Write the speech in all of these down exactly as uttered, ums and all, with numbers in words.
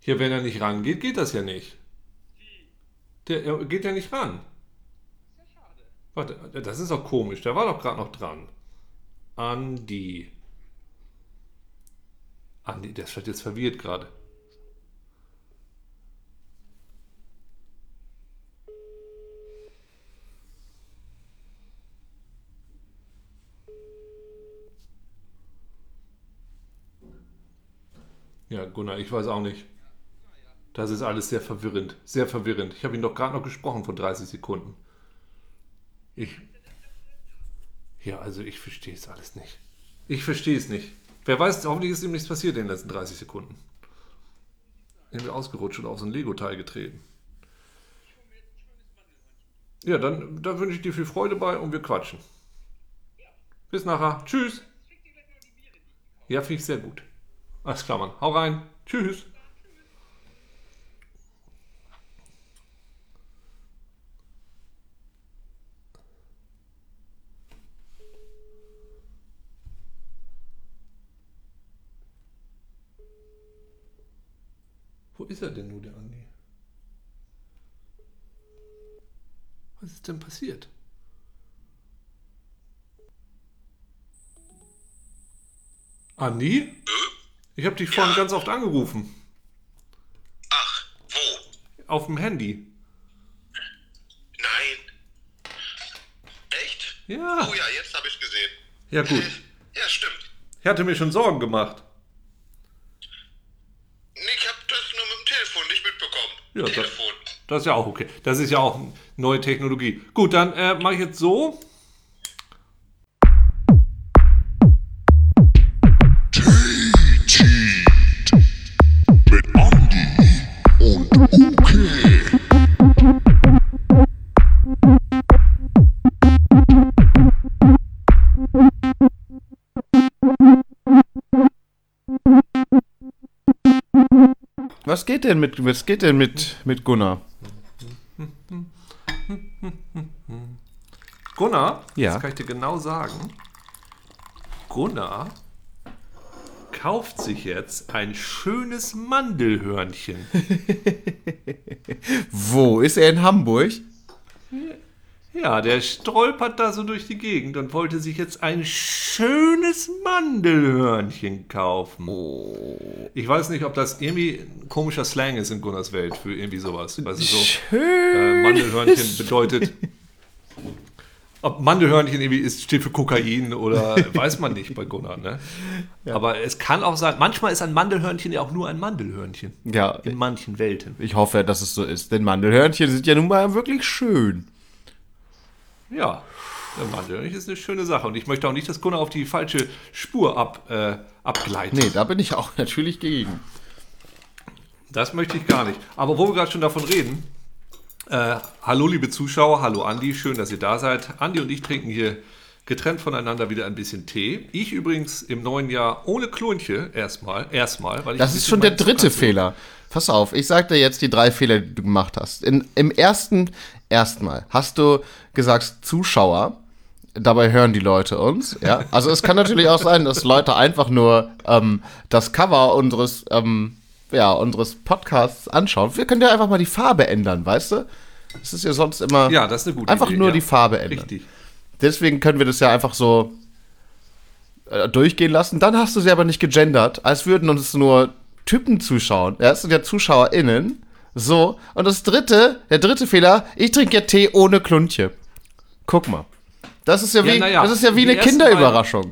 Hier, wenn er nicht rangeht, geht das ja nicht. Der er geht ja nicht ran. Warte, das ist auch komisch. Der war doch gerade noch dran. Andi. Andi, der ist vielleicht jetzt verwirrt gerade. Ja, Gunnar, ich weiß auch nicht. Das ist alles sehr verwirrend. Sehr verwirrend. Ich habe ihn doch gerade noch gesprochen vor dreißig Sekunden. Ich. Ja, also ich verstehe es alles nicht. Ich verstehe es nicht. Wer weiß, hoffentlich ist ihm nichts passiert in den letzten dreißig Sekunden. Irgendwie ausgerutscht oder auf so ein Lego-Teil getreten. Ja, dann, dann wünsche ich dir viel Freude bei und wir quatschen. Bis nachher. Tschüss. Ja, finde ich sehr gut. Alles klar, Mann. Hau rein. Tschüss. Wo ist er denn nur, der Andi? Was ist denn passiert? Andi? Ich habe dich vorhin Ja. ganz oft angerufen. Ach, wo? Auf dem Handy. Nein. Echt? Ja. Oh ja, jetzt habe ich gesehen. Ja, gut. Äh, ja, stimmt. Ich hatte mir schon Sorgen gemacht. Nee, ich habe das nur mit dem Telefon nicht mitbekommen. Ja, das- Telefon. Das ist ja auch okay. Das ist ja auch neue Technologie. Gut, dann äh, mache ich jetzt so. Mit Andi und Uke. Was geht denn mit, was geht denn mit, mit Gunnar? Gunnar, Ja. das kann ich dir genau sagen. Gunnar kauft sich jetzt ein schönes Mandelhörnchen. Wo? Ist er in Hamburg? Ja, der stolpert da so durch die Gegend und wollte sich jetzt ein schönes Mandelhörnchen kaufen. Ich weiß nicht, ob das irgendwie ein komischer Slang ist in Gunnars Welt für irgendwie sowas. Weißt du, so äh, Mandelhörnchen bedeutet. Ob Mandelhörnchen irgendwie ist, steht für Kokain oder weiß man nicht bei Gunnar, ne? Aber es kann auch sein, manchmal ist ein Mandelhörnchen ja auch nur ein Mandelhörnchen. Ja, In manchen Welten. ich hoffe, dass es so ist. Denn Mandelhörnchen sind ja nun mal wirklich schön. Ja, der Mandelhörnchen ist eine schöne Sache. Und ich möchte auch nicht, dass Gunnar auf die falsche Spur ab, äh, abgleitet. Nee, da bin ich auch natürlich gegen. Das möchte ich gar nicht. Aber wo wir gerade schon davon reden, äh, hallo liebe Zuschauer, hallo Andi, schön, dass ihr da seid. Andi und ich trinken hier getrennt voneinander wieder ein bisschen Tee. Ich übrigens im neuen Jahr ohne Klonche erstmal, erstmal. Weil ich Das ein ist bisschen schon der meinen dritte Zucker- Fehler. Pass auf, ich sag dir jetzt die drei Fehler, die du gemacht hast. In, Im ersten, erstmal hast du gesagt Zuschauer, dabei hören die Leute uns. Ja? Also es kann natürlich auch sein, dass Leute einfach nur ähm, das Cover unseres, ähm, ja, unseres Podcasts anschauen. Wir können ja einfach mal die Farbe ändern, weißt du? Es ist ja sonst immer Ja, das ist eine gute einfach Idee. nur ja. die Farbe ändern. Richtig. Deswegen können wir das ja einfach so äh, durchgehen lassen. Dann hast du sie aber nicht gegendert, als würden uns nur Typen zuschauen. Ja, es sind ja ZuschauerInnen. So. Und das dritte, der dritte Fehler, ich trinke ja Tee ohne Klunche. Guck mal. Das ist ja wie, Ja, na ja. das ist ja wie Die eine ersten Kinderüberraschung.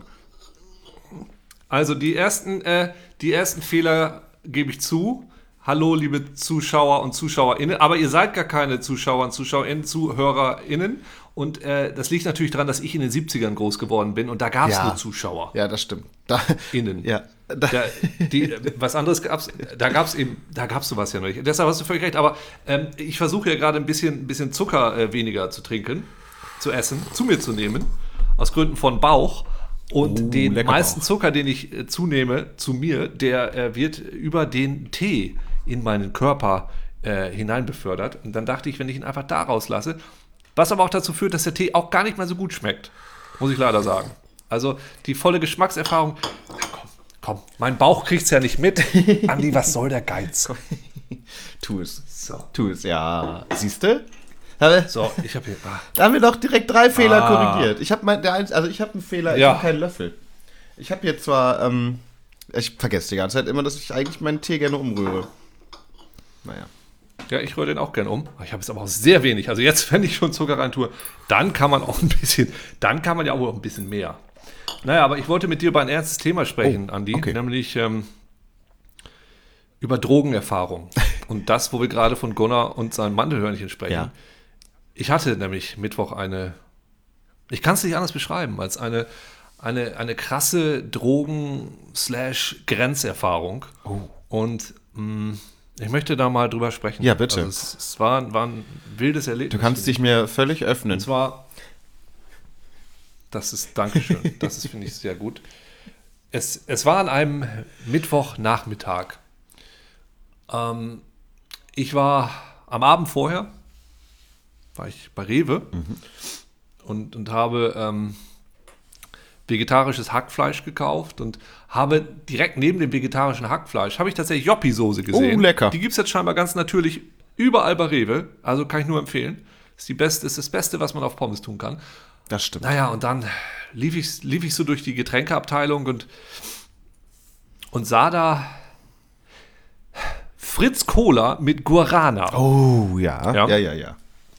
Also die ersten, äh, die ersten Fehler gebe ich zu. Hallo, liebe Zuschauer und ZuschauerInnen. Aber ihr seid gar keine Zuschauer und ZuschauerInnen, ZuhörerInnen. Und äh, das liegt natürlich daran, dass ich in den siebzigern groß geworden bin und da gab es Ja. nur ZuschauerInnen. Ja, das stimmt. Da, ja. Da, Da, die, was anderes gab's, da gab es eben, da gab es sowas ja noch nicht. Deshalb hast du völlig recht. Aber ähm, ich versuche ja gerade ein bisschen, ein bisschen Zucker äh, weniger zu trinken, zu essen, zu mir zu nehmen, aus Gründen von Bauch. Und Oh, den lecker meisten Bauch. Zucker, den ich äh, zunehme, zu mir, der äh, wird über den Tee in meinen Körper äh, hineinbefördert. Und dann dachte ich, wenn ich ihn einfach da rauslasse, was aber auch dazu führt, dass der Tee auch gar nicht mehr so gut schmeckt, muss ich leider sagen. Also die volle Geschmackserfahrung, na komm, komm, mein Bauch kriegt's ja nicht mit. Andi, was soll der Geiz? Tu es. So. Tu es, ja. Siehst du? Da, So, ich habe hier. Ah. da haben wir doch direkt drei Fehler Ah. korrigiert. Ich habe mein, der eins, also ich habe einen Fehler, ich Ja. habe keinen Löffel. Ich habe hier zwar, ähm, ich vergesse die ganze Zeit immer, dass ich eigentlich meinen Tee gerne umrühre. Naja. Ja, ich rühre den auch gern um. Ich habe jetzt aber auch sehr wenig. Also jetzt, wenn ich schon Zucker rein tue, dann kann man auch ein bisschen, dann kann man ja auch ein bisschen mehr. Naja, aber ich wollte mit dir über ein ernstes Thema sprechen, Oh, Andi, okay. nämlich ähm, über Drogenerfahrung. Und das, wo wir gerade von Gunnar und seinem Mandelhörnchen sprechen. Ja. Ich hatte nämlich Mittwoch eine, ich kann es nicht anders beschreiben, als eine, eine, eine krasse Drogen-Grenzerfahrung. Oh. Und mh, ich möchte da mal drüber sprechen. Ja, bitte. Also es, es war, war ein wildes Erlebnis. Du kannst dich mir völlig öffnen. Und zwar, das ist, Dankeschön, das ist, finde ich, sehr gut. Es, es war an einem Mittwochnachmittag. Ähm, ich war am Abend vorher, war ich bei Rewe und, und habe ähm, vegetarisches Hackfleisch gekauft und habe direkt neben dem vegetarischen Hackfleisch, habe ich tatsächlich Joppi-Soße gesehen. Oh, lecker. Die gibt es jetzt scheinbar ganz natürlich überall bei Rewe, also kann ich nur empfehlen. Ist, die beste, ist das Beste, was man auf Pommes tun kann. Das stimmt. Naja, und dann lief ich, lief ich so durch die Getränkeabteilung und, und sah da Fritz Cola mit Guarana. Oh, ja. Ja. Ja, ja, ja.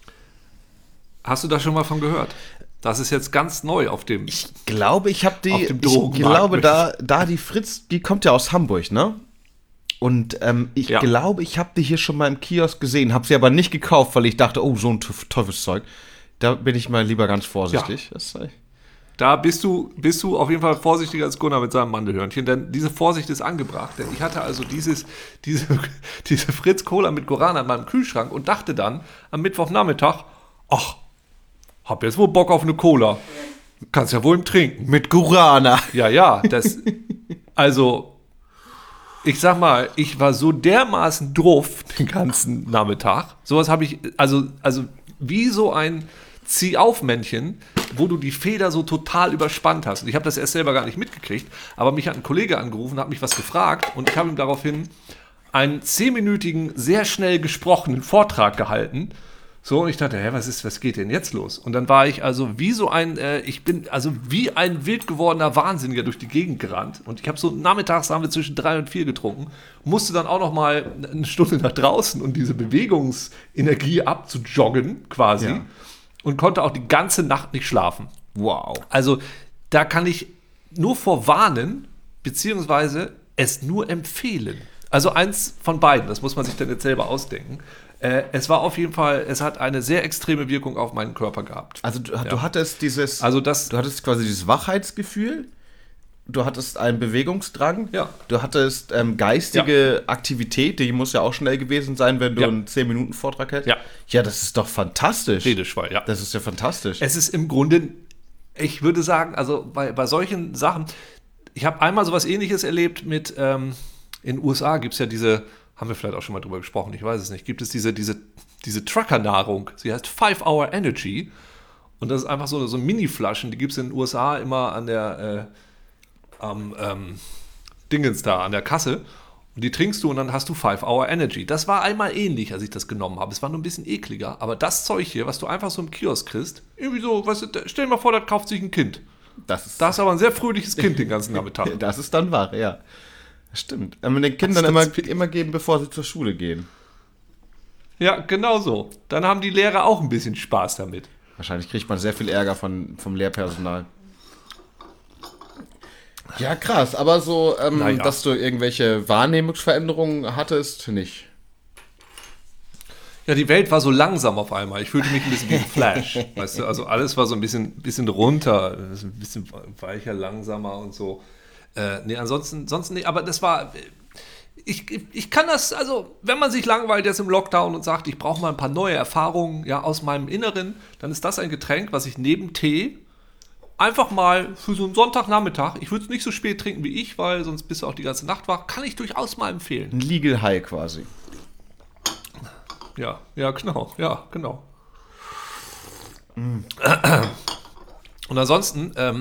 Hast du da schon mal von gehört? Das ist jetzt ganz neu auf dem. Ich glaube, ich habe die, Auf dem ich Drogenmarkt. glaube, da, da die Fritz, die kommt ja aus Hamburg, ne? Und ähm, ich Ja. glaube, ich habe die hier schon mal im Kiosk gesehen, habe sie aber nicht gekauft, weil ich dachte, oh, so ein Teuf- Teufelszeug. Da bin ich mal lieber ganz vorsichtig. Das, äh, Da bist du, bist du auf jeden Fall vorsichtiger als Gunnar mit seinem Mandelhörnchen, denn diese Vorsicht ist angebracht. Denn ich hatte also dieses, diese, diese Fritz Cola mit Guarana in meinem Kühlschrank und dachte dann am Mittwochnachmittag, ach, hab jetzt wohl Bock auf eine Cola. Kannst ja wohl im Trinken. mit Guarana. Ja, ja, das, also, ich sag mal, ich war so dermaßen druff den ganzen Nachmittag. Sowas habe ich, also, also wie so ein Zieh-auf-Männchen, wo du die Feder so total überspannt hast. Und ich habe das erst selber gar nicht mitgekriegt, aber mich hat ein Kollege angerufen, hat mich was gefragt und ich habe ihm daraufhin einen zehnminütigen, sehr schnell gesprochenen Vortrag gehalten. So, und ich dachte, hä, was ist, was geht denn jetzt los? Und dann war ich also wie so ein, äh, ich bin also wie ein wild gewordener Wahnsinniger durch die Gegend gerannt. Und ich habe so, nachmittags haben wir zwischen drei und vier getrunken, musste dann auch noch mal eine Stunde nach draußen, um diese Bewegungsenergie abzujoggen, quasi. Ja. Und konnte auch die ganze Nacht nicht schlafen. Wow. Also, da kann ich nur vorwarnen, beziehungsweise es nur empfehlen. Also eins von beiden, das muss man sich dann jetzt selber ausdenken. Äh, es war auf jeden Fall, es hat eine sehr extreme Wirkung auf meinen Körper gehabt. Also du, du hattest dieses, Also das, du hattest quasi dieses Wachheitsgefühl, du hattest einen Bewegungsdrang, Ja. du hattest ähm, geistige Aktivität, die muss ja auch schnell gewesen sein, wenn du Ja. einen zehn Minuten Vortrag hättest. Ja. Ja, das ist doch fantastisch. Redeschwall, ja. Das ist ja fantastisch. Es ist im Grunde, ich würde sagen, also bei, bei solchen Sachen, ich habe einmal sowas Ähnliches erlebt mit, ähm, in den U S A gibt es ja diese, haben wir vielleicht auch schon mal drüber gesprochen, ich weiß es nicht, gibt es diese, diese, diese Trucker-Nahrung, sie heißt five hour Energy und das ist einfach so, so Mini-Flaschen, die gibt es in den U S A immer an der, äh, am ähm, Dingens da, an der Kasse und die trinkst du und dann hast du five hour Energy. Das war einmal ähnlich, als ich das genommen habe, es war nur ein bisschen ekliger, aber das Zeug hier, was du einfach so im Kiosk kriegst, irgendwie so, weißt du, stell dir mal vor, das kauft sich ein Kind. Das ist, Da ist aber ein sehr fröhliches Kind den ganzen Nachmittag. das ist dann wahr, ja. Das stimmt. Aber den Kindern Das- immer, das- immer geben, bevor sie zur Schule gehen. Ja, genau so. Dann haben die Lehrer auch ein bisschen Spaß damit. Wahrscheinlich kriegt man sehr viel Ärger von, vom Lehrpersonal. Ja, krass. Aber so, ähm, Naja. dass du irgendwelche Wahrnehmungsveränderungen hattest, nicht. Ja, die Welt war so langsam auf einmal. Ich fühlte mich ein bisschen wie ein Flash. Weißt du, also alles war so ein bisschen, bisschen runter, ein bisschen weicher, langsamer und so. Äh, nee, ansonsten, ansonsten nicht. Aber das war, ich, ich kann das, also wenn man sich langweilt jetzt im Lockdown und sagt, ich brauche mal ein paar neue Erfahrungen ja, aus meinem Inneren, dann ist das ein Getränk, was ich neben Tee einfach mal für so einen Sonntagnachmittag, ich würde es nicht so spät trinken wie ich, weil sonst bist du auch die ganze Nacht wach, kann ich durchaus mal empfehlen. Ein Legal High quasi. Ja, ja, genau, ja, genau. Und ansonsten ähm,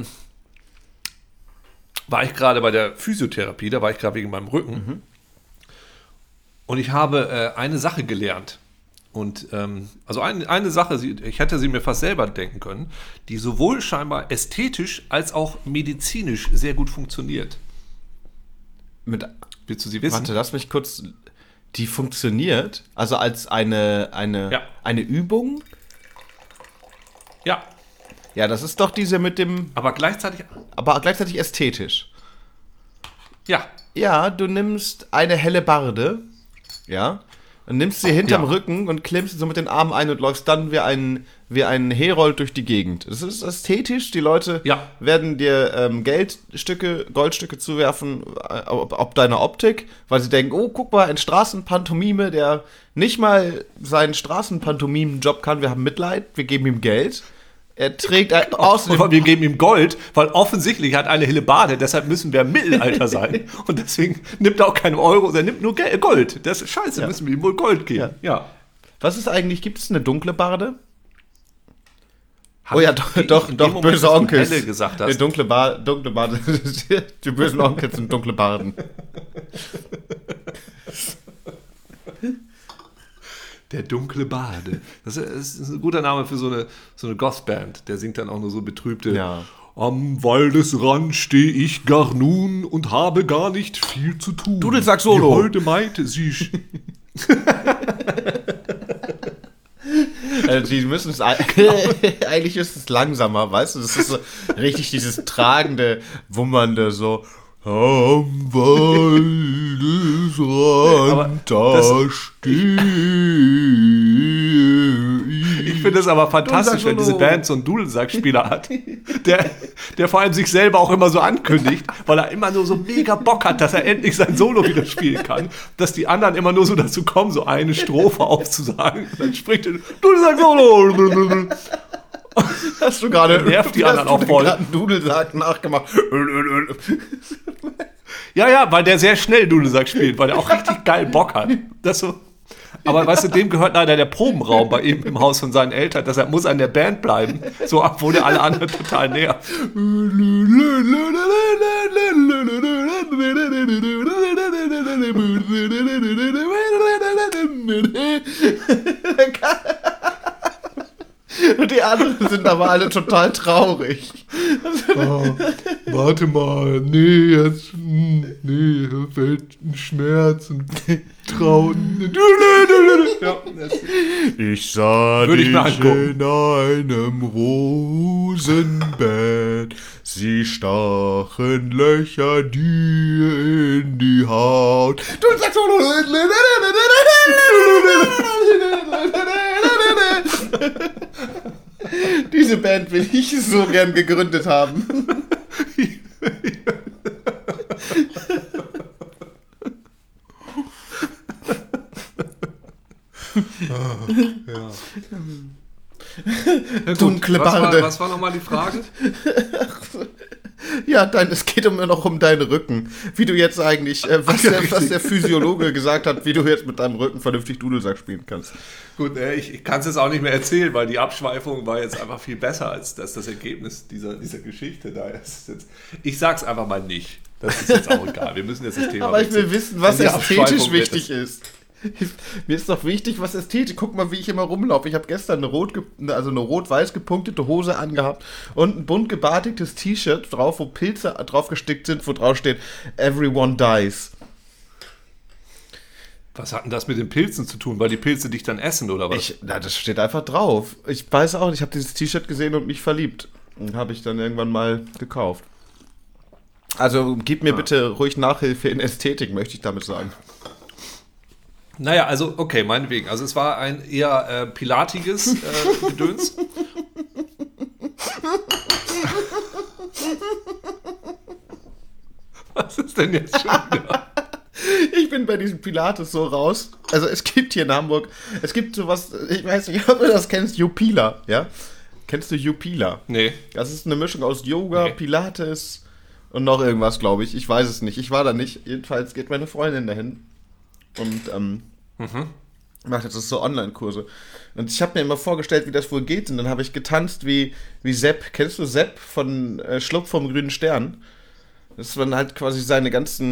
war ich gerade bei der Physiotherapie, da war ich gerade wegen meinem Rücken. Und ich habe äh, eine Sache gelernt. Und ähm, also ein, eine Sache, sie- ich hätte sie mir fast selber denken können, die sowohl scheinbar ästhetisch als auch medizinisch sehr gut funktioniert. Mit, Willst du sie wissen? warte, lass mich kurz. Die funktioniert, also als eine, eine, Ja. eine Übung. Ja, Ja, das ist doch diese mit dem, aber gleichzeitig, aber gleichzeitig ästhetisch. ja, Ja, du nimmst eine Hellebarde, ja, und nimmst sie hinterm Ja. Rücken und klemmst sie so mit den Armen ein und läufst dann wie ein, wie ein Herold durch die Gegend. Das ist ästhetisch, die Leute Ja. werden dir ähm, Geldstücke, Goldstücke zuwerfen, äh, ob, ob deiner Optik, weil sie denken, oh, guck mal, ein Straßenpantomime, der nicht mal seinen Straßenpantomimen-Job kann, wir haben Mitleid, wir geben ihm Geld. Er trägt ein, außerdem und wir geben ihm Gold, weil offensichtlich hat eine Hellebarde, deshalb müssen wir im Mittelalter sein. Und deswegen nimmt er auch keine Euro, er nimmt nur Gel- Gold. Das ist scheiße, müssen wir ihm wohl Gold geben. Ja. Was ist eigentlich, gibt es eine dunkle Barde? Hab Oh ja, ich- doch, wie ich doch, in dem doch Moment, böse als du Onkels. Helle gesagt Die hast. dunkle, Bar, dunkle Barde. Die bösen Onkels sind dunkle Barden. Der dunkle Bade. Das ist, das ist ein guter Name für so eine, so eine Goth-Band. Der singt dann auch nur so betrübte. Ja. Am Waldesrand stehe ich gar nun und habe gar nicht viel zu tun. Dudelsack Solo. Die holde Maid, sie... sch- Also die müssen es eigentlich ist es langsamer, weißt du? Das ist so richtig dieses tragende, wummernde so am Waldesrand, da stehe ich. Ich finde es aber fantastisch, wenn diese Band so einen Dudelsackspieler hat, der, der vor allem sich selber auch immer so ankündigt, weil er immer nur so mega Bock hat, dass er endlich sein Solo wieder spielen kann, dass die anderen immer nur so dazu kommen, so eine Strophe aufzusagen. Und dann spricht er Dudelsack-Solo. Hast du gerade Nervt die hast anderen du auch voll. gerade einen Dudelsack nachgemacht? Ja, ja, weil der sehr schnell Dudelsack spielt, weil er auch richtig geil Bock hat. Das so. Aber weißt du, dem gehört leider der Probenraum bei ihm im Haus von seinen Eltern. Deshalb muss er in der Band bleiben, so obwohl er alle anderen total nervt. Und die anderen sind aber alle total traurig. Warte mal, nee, jetzt, nee, fällt ein Schmerz und Trauen. Ja, Ich sah Würde ich dich mir angucken. in einem Rosenbett. Sie stachen Löcher dir in die Haut. Du sagst so. Diese Band will ich so gern gegründet haben. ja. Dunkle was war, Barde. was war nochmal die Frage? Ja, dein, es geht immer noch um deinen Rücken. Wie du jetzt eigentlich, äh, was, Ach ja, der, was richtig. der Physiologe gesagt hat, wie du jetzt mit deinem Rücken vernünftig Dudelsack spielen kannst. Gut, äh, ich, ich kann es jetzt auch nicht mehr erzählen, weil die Abschweifung war jetzt einfach viel besser als das, das Ergebnis dieser, dieser Geschichte. Da ist jetzt, ich sag's einfach mal nicht. Das ist jetzt auch egal. Wir müssen jetzt das Thema Aber ich will wechseln. wissen, was Denn die ästhetisch Abschweifung wird wichtig ist. Mir ist doch wichtig, was ästhetisch. Guck mal, wie ich immer rumlaufe. Ich habe gestern eine rot, ge- also eine rot-weiß gepunktete Hose angehabt und ein bunt gebartigtes T-Shirt drauf, wo Pilze drauf gestickt sind, wo drauf steht Everyone dies. Was hat denn das mit den Pilzen zu tun? Weil die Pilze dich dann essen, oder was? Ich, na, das steht einfach drauf. Ich weiß auch nicht, ich habe dieses T-Shirt gesehen und mich verliebt. Und habe ich dann irgendwann mal gekauft. Also gib mir bitte ruhig Nachhilfe in Ästhetik, möchte ich damit sagen. Naja, also, okay, meinetwegen. Also es war ein eher äh, pilatiges äh, Gedöns. Was ist denn jetzt schon wieder? Ich bin bei diesem Pilates so raus. Also es gibt hier in Hamburg, es gibt sowas, ich weiß nicht, ob du das kennst, Jupila, ja? Kennst du Jupila? Nee. Das ist eine Mischung aus Yoga, Nee. Pilates und noch irgendwas, glaube ich. Ich weiß es nicht. Ich war da nicht. Jedenfalls geht meine Freundin dahin und ähm, macht jetzt so Online-Kurse. Und ich habe mir immer vorgestellt, wie das wohl geht. Und dann habe ich getanzt wie, wie Sepp. Kennst du Sepp von äh, Schlupf vom grünen Stern? Das waren halt quasi seine ganzen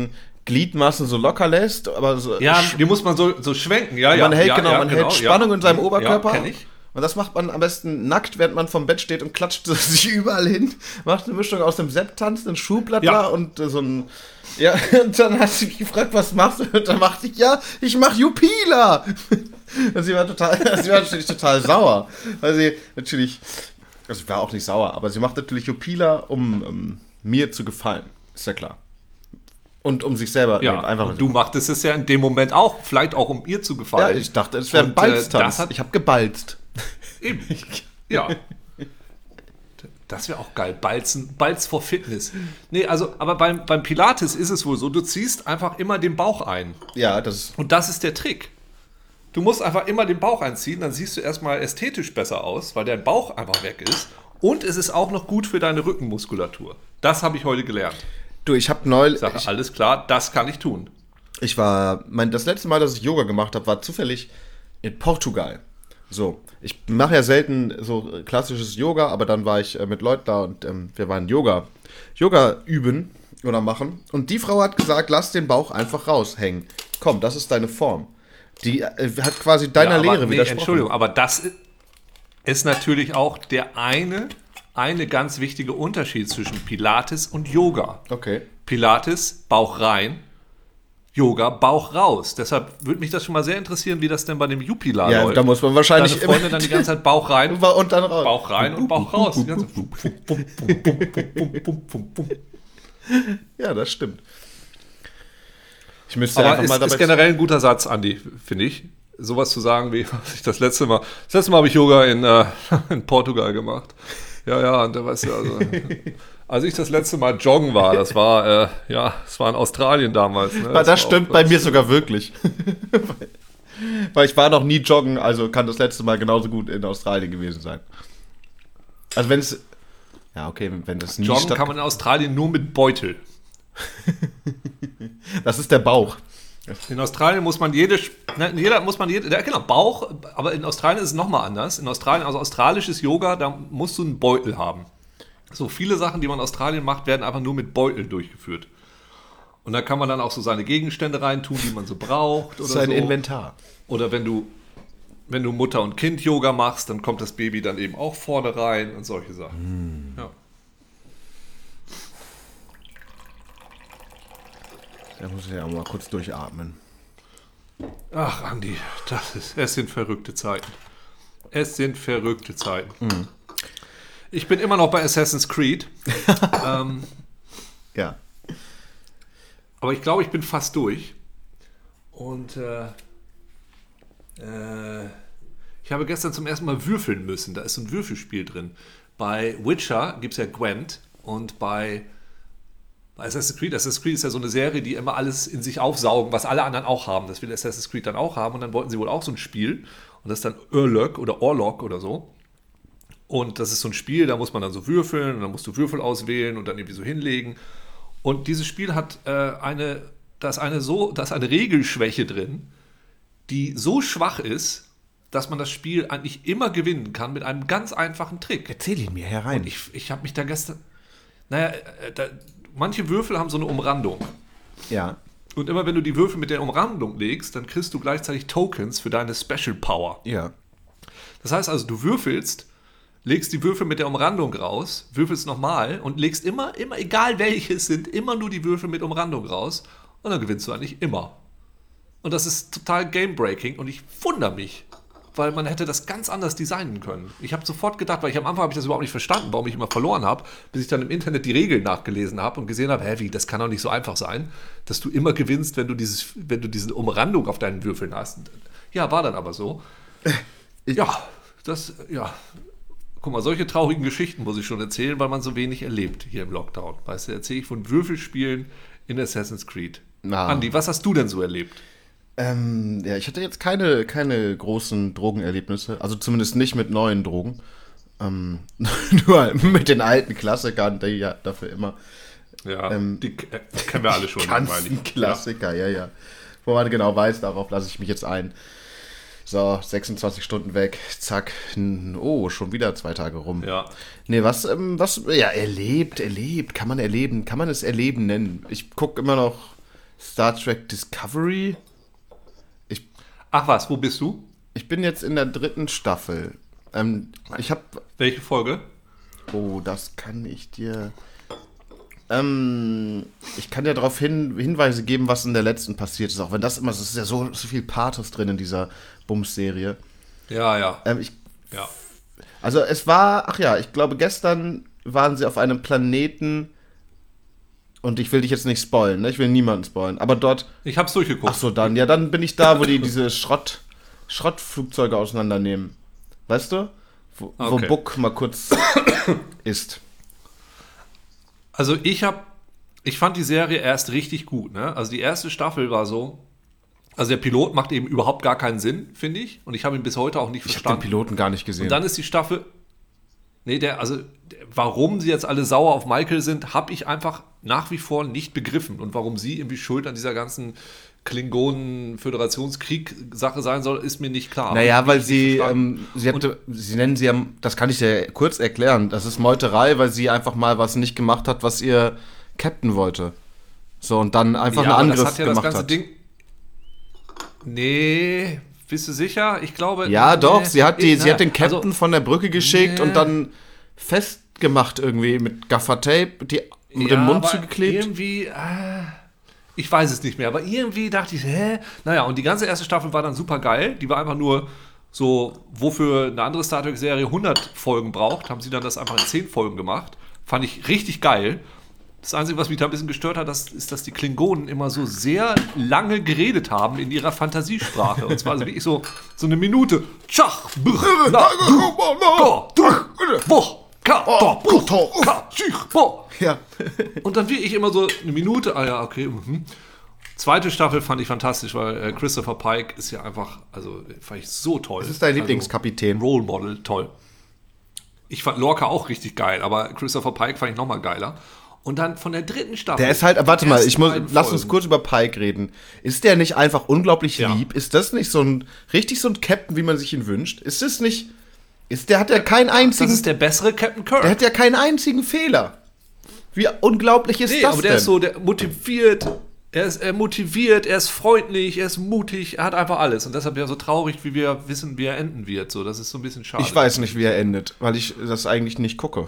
Gliedmaßen so locker lässt, aber so Ja, die muss man so, so schwenken, ja, ja. man hält ja, genau, ja, man genau, hält Spannung ja. in seinem Oberkörper. Ja, kenn ich. Und das macht man am besten nackt, während man vom Bett steht und klatscht sich überall hin. Macht eine Mischung aus dem Sepp-Tanz, einem Schuhblatt Ja. und äh, so ein... Ja, und dann hat sie mich gefragt, was machst du? Und dann machte ich, ja, ich mach Jupila. Und sie war total, sie war natürlich total sauer. Weil sie natürlich, also ich war auch nicht sauer, aber sie macht natürlich Jupila, um, um mir zu gefallen. Ist ja klar. Und um sich selber Ja, nee, einfach... und du machtest es ja in dem Moment auch, vielleicht auch um ihr zu ja, gefallen. ich dachte, es wäre ein Und, äh, Balztanz. das hat- ich habe gebalzt. Eben. Ja. Das wäre auch geil. Balzen, Balz vor Fitness. Nee, also, aber beim, beim Pilates ist es wohl so, du ziehst einfach immer den Bauch ein. Ja, das ist... Und das ist der Trick. Du musst einfach immer den Bauch einziehen, dann siehst du erstmal ästhetisch besser aus, weil dein Bauch einfach weg ist. Und es ist auch noch gut für deine Rückenmuskulatur. Das habe ich heute gelernt. Du, ich habe neulich... Ich sage, alles klar, das kann ich tun. Ich war, mein, das letzte Mal, dass ich Yoga gemacht habe, war zufällig in Portugal. So, ich mache ja selten so klassisches Yoga, aber dann war ich äh, mit Leuten da und ähm, wir waren Yoga, Yoga üben oder machen. Und die Frau hat gesagt, lass den Bauch einfach raushängen. Komm, das ist deine Form. Die äh, hat quasi deiner Ja, aber, Lehre nee, widersprochen. Entschuldigung, aber das ist natürlich auch der eine, eine ganz wichtige Unterschied zwischen Pilates und Yoga. Okay. Pilates, Bauch rein, Yoga, Bauch raus. Deshalb würde mich das schon mal sehr interessieren, wie das denn bei dem Jupila Ja, läuft. da muss man wahrscheinlich Deine Freundin dann die ganze Zeit Bauch rein, und dann raus. Bauch rein und Bauch raus. Die ganze Ja, das stimmt. Ich müsste Aber einfach ist, mal dabei ist generell ein guter Satz, Andi, finde ich. Sowas zu sagen, wie was ich das letzte Mal. Das letzte Mal habe ich Yoga in, äh, in Portugal gemacht. Ja, ja, und da weißt du, also. Als ich das letzte Mal joggen war, das war, äh, ja, das war in Australien damals. Ne? Das, war stimmt auch, bei mir sogar wirklich. Weil ich war noch nie joggen, also kann das letzte Mal genauso gut in Australien gewesen sein. Also wenn es... Ja, okay, wenn das nie Joggen statt- kann man in Australien nur mit Beutel. Das ist der Bauch. In Australien muss man jede, ne, jeder muss man jede, ja, genau, Bauch, aber in Australien ist es nochmal anders. In Australien, also australisches Yoga, da musst du einen Beutel haben. So viele Sachen, die man in Australien macht, werden einfach nur mit Beutel durchgeführt. Und da kann man dann auch so seine Gegenstände reintun, die man so braucht. Oder Sein so. Inventar. Oder wenn du, wenn du Mutter- und Kind-Yoga machst, dann kommt das Baby dann eben auch vorne rein und solche Sachen. Ja. Da muss ich ja auch mal kurz durchatmen. Ach, Andi, das ist, es sind verrückte Zeiten. Es sind verrückte Zeiten. Mhm. Ich bin immer noch bei Assassin's Creed. ähm, Ja. aber ich glaube, ich bin fast durch. Und äh, äh, ich habe gestern zum ersten Mal würfeln müssen. Da ist so ein Würfelspiel drin. Bei Witcher gibt es ja Gwent. Und bei Bei Assassin's Creed, Assassin's Creed ist ja so eine Serie, die immer alles in sich aufsaugen, was alle anderen auch haben. Das will Assassin's Creed dann auch haben und dann wollten sie wohl auch so ein Spiel. Und das ist dann Urlog oder Orlog oder so. Und das ist so ein Spiel, da muss man dann so würfeln und dann musst du Würfel auswählen und dann irgendwie so hinlegen. Und dieses Spiel hat äh, eine, da ist eine so, da ist eine Regelschwäche drin, die so schwach ist, dass man das Spiel eigentlich immer gewinnen kann mit einem ganz einfachen Trick. Erzähl ihn mir herein. Ich, ich habe mich da gestern, naja, äh, da, manche Würfel haben so eine Umrandung. Ja. Und immer wenn du die Würfel mit der Umrandung legst, dann kriegst du gleichzeitig Tokens für deine Special Power. Ja. Das heißt also, du würfelst, legst die Würfel mit der Umrandung raus, würfelst nochmal und legst immer, immer, egal welche es sind, immer nur die Würfel mit Umrandung raus und dann gewinnst du eigentlich immer. Und das ist total game-breaking und ich wundere mich, weil man hätte das ganz anders designen können. Ich habe sofort gedacht, weil ich am Anfang habe ich das überhaupt nicht verstanden, warum ich immer verloren habe, bis ich dann im Internet die Regeln nachgelesen habe und gesehen habe, hä, wie, das kann doch nicht so einfach sein, dass du immer gewinnst, wenn du dieses, wenn du diese Umrandung auf deinen Würfeln hast. Ja, war dann aber so. Ich- Ja, das, ja. Guck mal, solche traurigen Geschichten muss ich schon erzählen, weil man so wenig erlebt hier im Lockdown. Weißt du, erzähle ich von Würfelspielen in Assassin's Creed. Na. Andi, was hast du denn so erlebt? Ähm, ja, ich hatte jetzt keine, keine großen Drogenerlebnisse. Also zumindest nicht mit neuen Drogen. Ähm, nur mit den alten Klassikern, die ja dafür immer Ja, Ähm, die äh, kennen wir alle schon. meine ganzen ich. Klassiker, ja, ja. Wo man genau weiß, darauf lasse ich mich jetzt ein. So, sechsundzwanzig Stunden weg, zack, n- oh, schon wieder zwei Tage rum. Ja. Nee, was, ähm, was, ja, erlebt, erlebt, kann man erleben, kann man es erleben nennen. Ich gucke immer noch Star Trek Discovery. Ich, Ach was, wo bist du? ich bin jetzt in der dritten Staffel. Ähm, ich habe Welche Folge? Oh, das kann ich dir... Ähm, ich kann dir darauf hin, Hinweise geben, was in der letzten passiert ist. Auch wenn das immer, es ist ja so, so viel Pathos drin in dieser Bums-Serie. Ja, ja. Ähm, ich, ja. also es war, ach ja, ich glaube gestern waren sie auf einem Planeten und ich will dich jetzt nicht spoilen, ne? Ich will niemanden spoilen. Aber dort... Ich hab's durchgeguckt. Ach so, dann, ja, dann bin ich da, wo die diese Schrott, Schrottflugzeuge auseinandernehmen. Weißt du? Wo, wo Okay. Buck mal kurz ist. Also ich hab, ich fand die Serie erst richtig gut, ne? Also die erste Staffel war so, also der Pilot macht eben überhaupt gar keinen Sinn, finde ich. Und ich habe ihn bis heute auch nicht Ich habe den verstanden. Piloten gar nicht gesehen. Und dann ist die Staffel, nee, der, also der, warum sie jetzt alle sauer auf Michael sind, habe ich einfach nach wie vor nicht begriffen. Und warum sie irgendwie schuld an dieser ganzen Klingonen-Föderationskrieg-Sache sein soll, ist mir nicht klar. Naja, Aber weil ich hab nicht sie, verstanden. ähm, sie, hatte, sie nennen sie ja, das kann ich dir kurz erklären, das ist Meuterei, weil sie einfach mal was nicht gemacht hat, was ihr Captain wollte. So, und dann einfach ja, einen aber Angriff das hat ja gemacht das ganze hat. Ding. Nee, bist du sicher? Ich glaube. Ja, nee, doch, sie hat, die, nee, sie hat den Captain also, von der Brücke geschickt nee. und dann festgemacht irgendwie mit Gaffertape, die mit ja, dem Mund aber zugeklebt. Irgendwie, äh, ich weiß es nicht mehr, aber irgendwie dachte ich, hä? Naja, und die ganze erste Staffel war dann super geil. Die war einfach nur so, wofür eine andere Star Trek-Serie hundert Folgen braucht, haben sie dann das einfach in zehn Folgen gemacht. Fand ich richtig geil. Das Einzige, was mich da ein bisschen gestört hat, das ist, dass die Klingonen immer so sehr lange geredet haben in ihrer Fantasiesprache. Und zwar also wirklich so, so eine Minute. Tschach, brr, na, du, go, du, wo, ka, to, brr, ka, schich, wo. Ja. Und dann wirklich immer so eine Minute. Ah ja, okay. Mhm. Zweite Staffel fand ich fantastisch, weil äh, Christopher Pike ist ja einfach, also fand ich so toll. Das ist dein also, Lieblingskapitän. Role Model, toll. Ich fand Lorca auch richtig geil, aber Christopher Pike fand ich nochmal geiler. Und dann von der dritten Staffel. Der ist halt, warte mal, ich muss, beiden lass uns Folgen. kurz über Pike reden. Ist der nicht einfach unglaublich Ja. lieb? Ist das nicht so ein, richtig so ein Captain, wie man sich ihn wünscht? Ist das nicht, ist der, hat ja keinen einzigen, Das ist der bessere Captain Kirk. der hat ja keinen einzigen Fehler. Wie unglaublich ist nee, das aber der denn? ist so, der motiviert, er ist äh, motiviert, er ist freundlich, er ist mutig, er hat einfach alles. Und deshalb ja so traurig, wie wir wissen, wie er enden wird. So, das ist so ein bisschen schade. Ich weiß nicht, wie er endet, weil ich das eigentlich nicht gucke.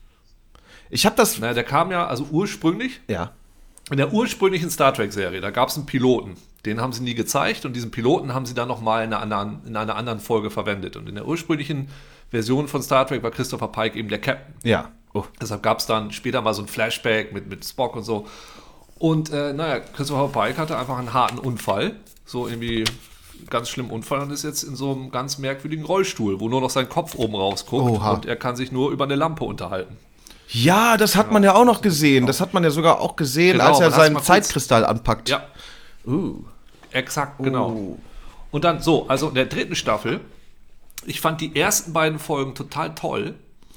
Ich habe das, Naja, der kam ja, also ursprünglich, ja, in der ursprünglichen Star Trek-Serie, da gab es einen Piloten. Den haben sie nie gezeigt und diesen Piloten haben sie dann nochmal in, einer anderen- in einer anderen Folge verwendet. Und in der ursprünglichen Version von Star Trek war Christopher Pike eben der Captain. ja. Oh. Deshalb gab es dann später mal so ein Flashback mit, mit Spock und so. Und äh, naja, Christopher Pike hatte einfach einen harten Unfall. So irgendwie einen ganz schlimmen Unfall und ist jetzt in so einem ganz merkwürdigen Rollstuhl, wo nur noch sein Kopf oben rausguckt. Oha. Und er kann sich nur über eine Lampe unterhalten. Ja, das hat man ja auch noch gesehen. Das hat man ja sogar auch gesehen, Genau, als er man hat's seinen mal kurz- Zeitkristall anpackt. Ja, Uh. exakt, genau. Oh. Und dann so, also in der dritten Staffel, ich fand die ersten beiden Folgen total toll.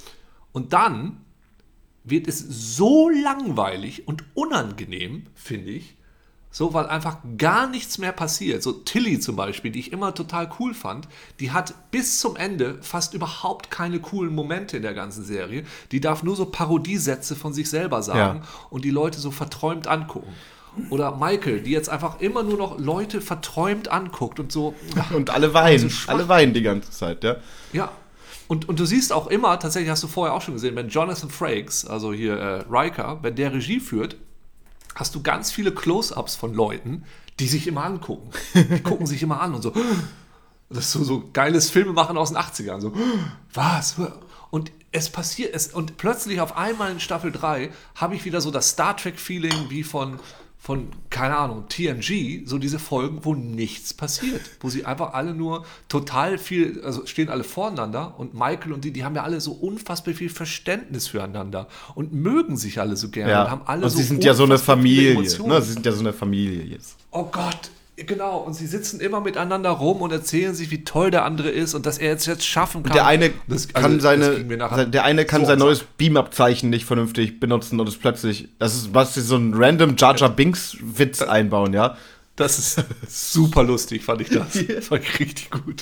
Und dann wird es so langweilig und unangenehm, finde ich, so, weil einfach gar nichts mehr passiert. So Tilly zum Beispiel, die ich immer total cool fand, die hat bis zum Ende fast überhaupt keine coolen Momente in der ganzen Serie. Die darf nur so Parodiesätze von sich selber sagen Ja. und die Leute so verträumt angucken. Oder Michael, die jetzt einfach immer nur noch Leute verträumt anguckt und so. Und alle weinen, Also schwach. alle weinen die ganze Zeit, ja. Ja, und, und du siehst auch immer, tatsächlich hast du vorher auch schon gesehen, wenn Jonathan Frakes, also hier äh, Riker, wenn der Regie führt, hast du ganz viele Close-Ups von Leuten, die sich immer angucken. Die gucken sich immer an und so. Das ist so, so geiles Filmemachen aus den achtzigern. So, was? Und es passiert, es, und plötzlich auf einmal in Staffel drei habe ich wieder so das Star Trek-Feeling wie von, von, keine Ahnung, T N G, so diese Folgen, wo nichts passiert. Wo sie einfach alle nur total viel, also stehen alle voreinander und Michael und die, die haben ja alle so unfassbar viel Verständnis füreinander und mögen sich alle so gerne ja. und haben alle und so sie sind ja so eine unfassbar viele Familie. Emotionen. Ne? Sie sind ja so eine Familie jetzt. Oh Gott, genau. Und sie sitzen immer miteinander rum und erzählen sich, wie toll der andere ist und dass er jetzt jetzt schaffen kann. Der eine Das- kann also, das seine, ging mir nachher sein- der eine kann so sein am neues Sack. Beam-Abzeichen nicht vernünftig benutzen und es plötzlich, das ist, was sie so ein random Jar Jar Binks Witz einbauen, ja. Das ist super lustig, fand ich das. Das fand ich richtig gut.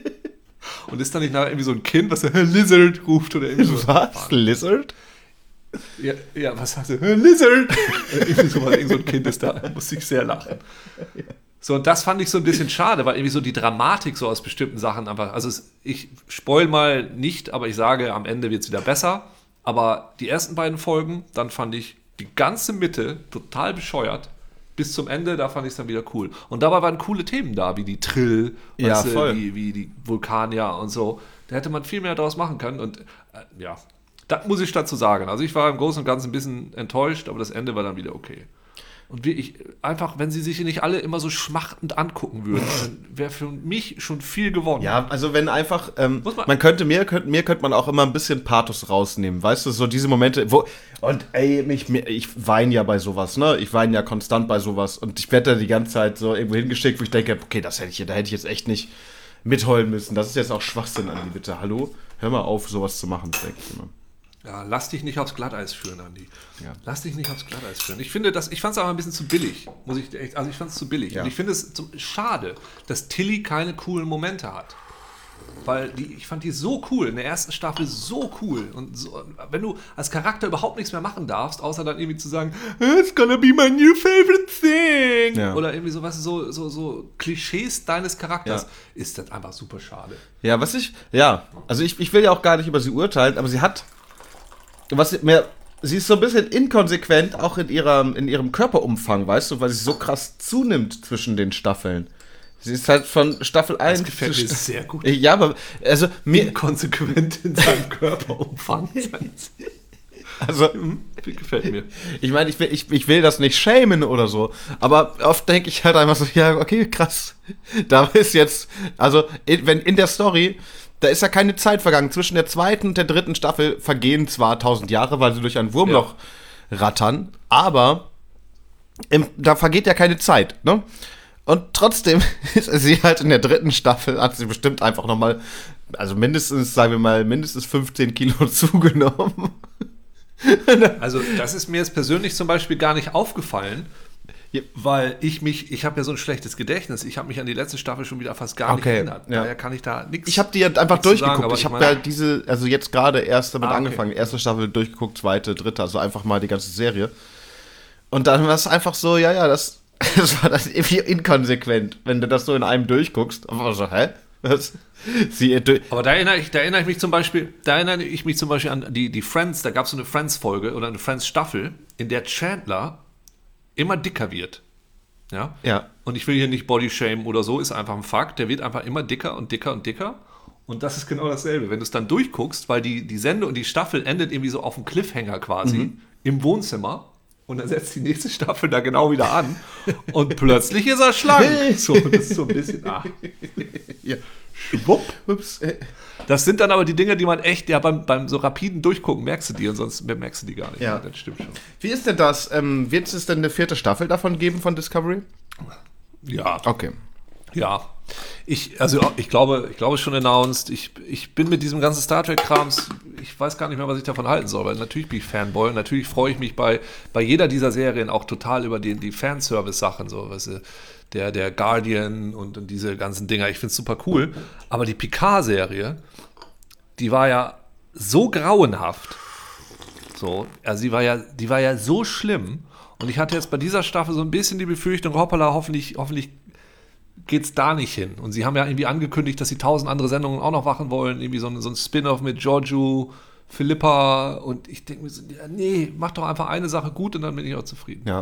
Und ist da nicht nachher irgendwie so ein Kind, was er Lizard ruft oder irgendwie so? Was? Lizard? Ja, ja, was sagst du? Lizard! Irgendwie so, irgend so ein Kind ist da, da musste ich sehr lachen. So, und das fand ich so ein bisschen schade, weil irgendwie so die Dramatik so aus bestimmten Sachen einfach, also es, ich spoil mal nicht, aber ich sage, am Ende wird es wieder besser. Aber die ersten beiden Folgen, dann fand ich die ganze Mitte total bescheuert. Bis zum Ende, da fand ich es dann wieder cool. Und dabei waren coole Themen da, wie die Trill, Ja, weißt du, voll. wie, wie die Vulkanier und so. Da hätte man viel mehr daraus machen können. Und äh, ja, das muss ich dazu sagen. Also ich war im Großen und Ganzen ein bisschen enttäuscht, aber das Ende war dann wieder okay. Und wie ich, einfach, wenn sie sich nicht alle immer so schmachtend angucken würden, dann wäre für mich schon viel gewonnen. Ja, also wenn einfach, ähm, Muss man- man, könnte mir, könnte, mir könnte man auch immer ein bisschen Pathos rausnehmen, weißt du, so diese Momente, wo, und ey, mich, mir- ich weine ja bei sowas, ne, ich weine ja konstant bei sowas und ich werde da die ganze Zeit so irgendwo hingeschickt, wo ich denke, okay, das hätte ich, da hätte ich jetzt echt nicht mitheulen müssen, das ist jetzt auch Schwachsinn, Andi, bitte, hallo, hör mal auf, sowas zu machen, denke ich immer. Ja, lass dich nicht aufs Glatteis führen, Andi. Ja. Lass dich nicht aufs Glatteis führen. Ich finde das, ich fand es aber ein bisschen zu billig, muss ich echt, also ich fand es zu billig. Ja. Und ich finde es zum, schade, dass Tilly keine coolen Momente hat. Weil die, ich fand die so cool, in der ersten Staffel so cool. Und so, wenn du als Charakter überhaupt nichts mehr machen darfst, außer dann irgendwie zu sagen, it's gonna be my new favorite thing. Ja. Oder irgendwie so, weißt du, so, so, so Klischees deines Charakters, Ja. ist das einfach super schade. Ja, was ich, ja, also ich, ich will ja auch gar nicht über sie urteilen, aber sie hat, was mir, sie ist so ein bisschen inkonsequent auch in ihrem, in ihrem Körperumfang, weißt du, weil sie so krass zunimmt zwischen den Staffeln. Sie ist halt von Staffel eins gefällt zu mir Sta- sehr gut. Ja, aber, also mir, Konsequent in seinem Körperumfang. also, Gefällt mir. ich meine, ich will, ich, ich will das nicht schämen oder so, aber oft denke ich halt einfach so, ja, okay, krass. Da ist jetzt, also, in, wenn in der Story, da ist ja keine Zeit vergangen. Zwischen der zweiten und der dritten Staffel vergehen zwar tausend Jahre, weil sie durch ein Wurmloch rattern, aber im, da vergeht ja keine Zeit, ne? Und trotzdem ist sie halt in der dritten Staffel, hat sie bestimmt einfach nochmal, also mindestens, sagen wir mal, mindestens fünfzehn Kilo zugenommen. Also das ist mir jetzt persönlich zum Beispiel gar nicht aufgefallen, Ja. weil ich mich, ich habe ja so ein schlechtes Gedächtnis, ich habe mich an die letzte Staffel schon wieder fast gar nicht Okay, erinnert. ja. Daher kann ich da nichts. Ich habe die einfach nichts zu sagen, durchgeguckt. aber ich ich habe meine- ja diese, also jetzt gerade erst damit Ah, okay. angefangen. Erste Staffel durchgeguckt, zweite, dritte, also einfach mal die ganze Serie. Und dann war es einfach so, ja, ja, das, das war das irgendwie inkonsequent, wenn du das so in einem durchguckst. Aber so, hä? Was? Sie, du, Aber da erinnere ich, da erinnere ich mich zum Beispiel, da erinnere ich mich zum Beispiel an die, die Friends, da gab es so eine Friends-Folge oder eine Friends-Staffel, in der Chandler immer dicker wird. Ja? Ja. Und ich will hier nicht Bodyshamen oder so, ist einfach ein Fakt. Der wird einfach immer dicker und dicker und dicker. Und das ist genau dasselbe. Wenn du es dann durchguckst, weil die, die Sende und die Staffel endet irgendwie so auf dem Cliffhanger quasi Mhm. im Wohnzimmer. Und dann setzt die nächste Staffel da genau wieder an. Und plötzlich ist er schlank. So, das ist so ein bisschen. Ah. ja. Schwupp. Ups. äh, Das sind dann aber die Dinge, die man echt, ja, beim, beim so rapiden Durchgucken merkst du die und sonst merkst du die gar nicht. Ja. Das stimmt schon. Wie ist denn das? Ähm, wird es denn eine vierte Staffel davon geben von Discovery? Ja. Okay. Ja, ich, also ich glaube, ich glaube schon announced. Ich, ich bin mit diesem ganzen Star Trek-Krams, ich weiß gar nicht mehr, was ich davon halten soll, weil natürlich bin ich Fanboy und natürlich freue ich mich bei, bei jeder dieser Serien auch total über die, die Fanservice-Sachen, so, weißt du, der, der Guardian und, und diese ganzen Dinger. Ich finde es super cool. Aber die Picard-Serie, die war ja so grauenhaft. So, also die war ja, die war ja so schlimm. Und ich hatte jetzt bei dieser Staffel so ein bisschen die Befürchtung, hoppala, hoffentlich, hoffentlich geht's da nicht hin. Und sie haben ja irgendwie angekündigt, dass sie tausend andere Sendungen auch noch machen wollen. Irgendwie so ein, so ein Spin-off mit Giorgio, Philippa. Und ich denke mir so, ja, nee, mach doch einfach eine Sache gut und dann bin ich auch zufrieden. Ja.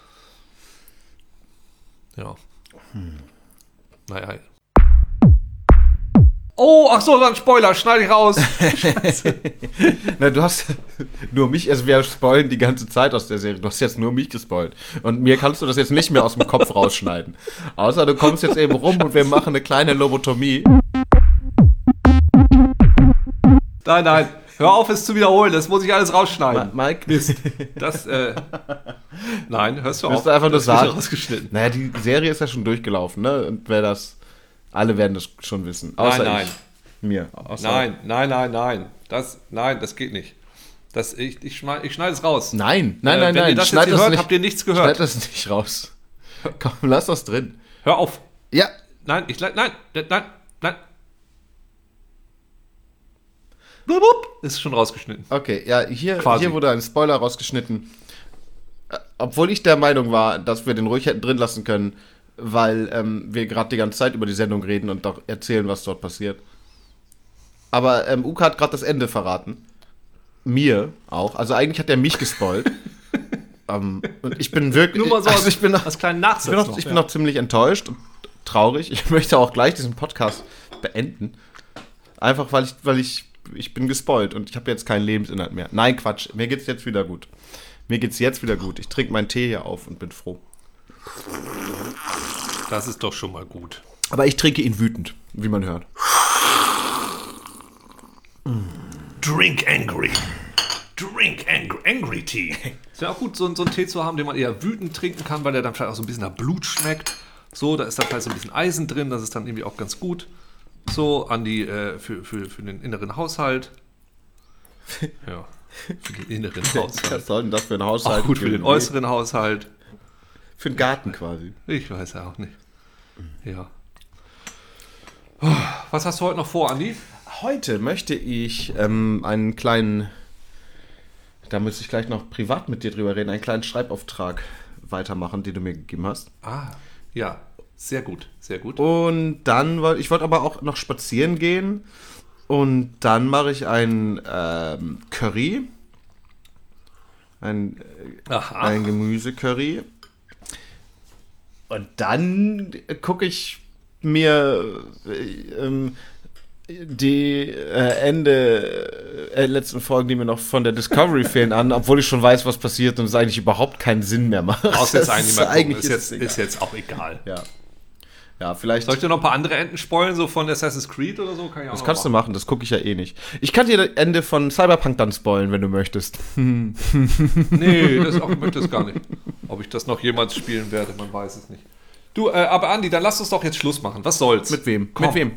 Ja. Hm. Naja. Oh, ach so, war ein Spoiler, schneide ich raus. Na, du hast nur mich, also wir spoilen die ganze Zeit aus der Serie. Du hast jetzt nur mich gespoilt. Und mir kannst du das jetzt nicht mehr aus dem Kopf rausschneiden. Außer du kommst jetzt eben rum und wir machen eine kleine Lobotomie. Nein, nein, hör auf, es zu wiederholen, das muss ich alles rausschneiden. Ma- Mike? Mist. Das, äh, nein, hörst du auf. Willst du einfach nur das wird sagen? rausgeschnitten. Naja, die Serie ist ja schon durchgelaufen, ne? Und wer das, alle werden das schon wissen. Außer nein. ich. Mir. Außer Nein, nein, nein, nein. Das, nein, das geht nicht. Das, ich, ich, schneid, ich schneide es raus. Nein, nein, Äh, nein, wenn nein. ihr das Schneid jetzt hier hört, nicht, habt ihr nichts gehört. Schneid das nicht raus. Komm, lass das drin. Hör auf. Ja. Nein, ich, nein, nein, nein, nein. blub, blub, ist schon rausgeschnitten. Okay, ja, hier, Quasi. hier wurde ein Spoiler rausgeschnitten. Äh, Obwohl ich der Meinung war, dass wir den ruhig hätten drin lassen können, weil ähm, wir gerade die ganze Zeit über die Sendung reden und doch erzählen, was dort passiert. Aber ähm, Uke hat gerade das Ende verraten. Mir auch. Also eigentlich hat er mich gespoilt. um, und ich bin wirklich... Nur mal so also als, ich bin noch, als kleinen ich Nachsatz bin noch, noch, ich bin ja. noch ziemlich enttäuscht und traurig. Ich möchte auch gleich diesen Podcast beenden. Einfach, weil ich, weil ich, ich bin gespoilt und ich habe jetzt keinen Lebensinhalt mehr. Nein, Quatsch. Mir geht's jetzt wieder gut. Mir geht's jetzt wieder gut. Ich trinke meinen Tee hier auf und bin froh. Das ist doch schon mal gut. Aber ich trinke ihn wütend, wie man hört. Drink angry. Drink angry, angry Tea. Ist ja auch gut, so, so einen Tee zu haben, den man eher wütend trinken kann, weil der dann vielleicht auch so ein bisschen nach Blut schmeckt. So, da ist dann vielleicht so ein bisschen Eisen drin, das ist dann irgendwie auch ganz gut. So, an die, äh, für, für, für den inneren Haushalt. Ja, für den inneren Haushalt. Was soll denn das für ein Haushalt? Auch gut für den äußeren Haushalt. Für den Garten quasi. Ich weiß ja auch nicht. Ja. Was hast du heute noch vor, Andi? Heute möchte ich ähm, einen kleinen, da muss ich gleich noch privat mit dir drüber reden, einen kleinen Schreibauftrag weitermachen, den du mir gegeben hast. Ah, ja, sehr gut, sehr gut. Und dann wollte ich wollte aber auch noch spazieren gehen und dann mache ich ein ähm, Curry, ein, äh, Aha. ein Gemüsecurry. Und dann gucke ich mir äh, ähm, die äh, Ende äh, letzten Folgen, die mir noch von der Discovery fehlen, an, obwohl ich schon weiß, was passiert und es eigentlich überhaupt keinen Sinn mehr macht. Brauchst jetzt Das eigentlich ist mal gucken. eigentlich Ist jetzt, ist es ist jetzt auch egal. Ja. Ja, vielleicht. Soll ich dir noch ein paar andere Enden spoilen, so von Assassin's Creed oder so? Kann ich auch Das noch kannst du machen. machen, das gucke ich ja eh nicht. Ich kann dir das Ende von Cyberpunk dann spoilen, wenn du möchtest. Nee, das auch, ich möchte das gar nicht. Ob ich das noch jemals spielen werde, man weiß es nicht. Du, äh, aber Andi, dann lass uns doch jetzt Schluss machen. Was soll's? Mit wem? Komm. Mit wem?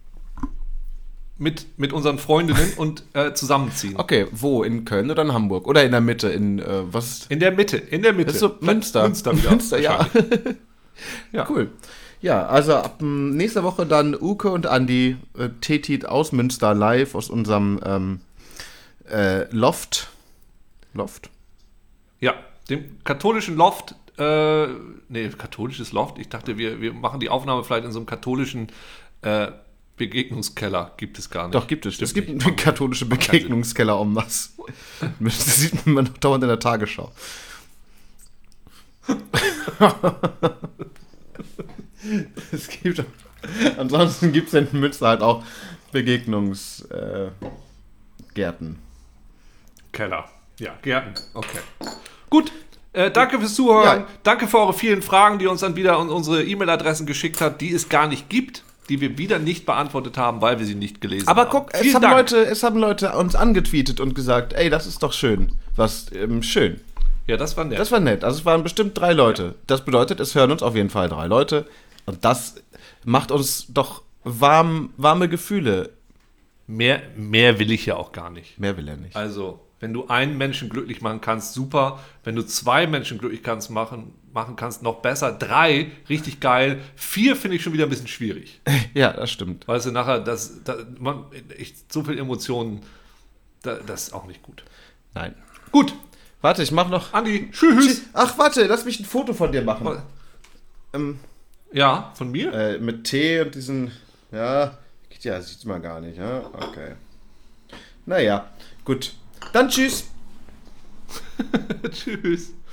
Mit, mit unseren Freundinnen und äh, zusammenziehen. Okay, wo? In Köln oder in Hamburg? Oder in der Mitte? In, äh, was? In der Mitte, in der Mitte. Das ist so Münster. Münster, wieder, Münster, ja. wahrscheinlich. Ja. Cool. Ja, also ab ähm, nächster Woche dann Uke und Andi äh, Tetit aus Münster live aus unserem ähm, äh, Loft. Loft? Ja, dem katholischen Loft, äh, nee, katholisches Loft, ich dachte, wir, wir machen die Aufnahme vielleicht in so einem katholischen äh, Begegnungskeller, gibt es gar nicht. Doch, gibt es. Es gibt nicht. einen katholischen Macht keinen Sinn. Begegnungskeller en masse. Das sieht man noch dauernd in der Tagesschau. Es gibt, ansonsten gibt es in Münster halt auch Begegnungsgärten. Äh, Keller. Ja, Gärten. Okay. Gut. Äh, danke fürs Zuhören. Ja. Danke für eure vielen Fragen, die uns dann wieder an unsere E-Mail-Adressen geschickt hat, die es gar nicht gibt, die wir wieder nicht beantwortet haben, weil wir sie nicht gelesen Aber haben. guck, es Vielen haben, Dank. Leute, es haben Leute uns angetweetet und gesagt, ey, das ist doch schön. Was, ähm, schön. Ja, das war nett. Das war nett. Also es waren bestimmt drei Leute. Das bedeutet, es hören uns auf jeden Fall drei Leute. Und das macht uns doch warm, warme Gefühle. mehr, mehr will ich ja auch gar nicht. Mehr will er nicht. Also, wenn du einen Menschen glücklich machen kannst, super. Wenn du zwei Menschen glücklich kannst machen, machen kannst, noch besser. Drei, richtig geil. Vier finde ich schon wieder ein bisschen schwierig. Ja, das stimmt. Weißt du, nachher, das, das, man, echt, so viel Emotionen, da, das ist auch nicht gut. Nein. Gut, Warte, ich mach noch. Andi, tschüss. Ach, warte, lass mich ein Foto von dir machen. Ähm, Ja, von mir? äh, mit Tee und diesen. Ja, ja, sieht man gar nicht, ja? Okay. Naja, gut. Dann tschüss. Tschüss.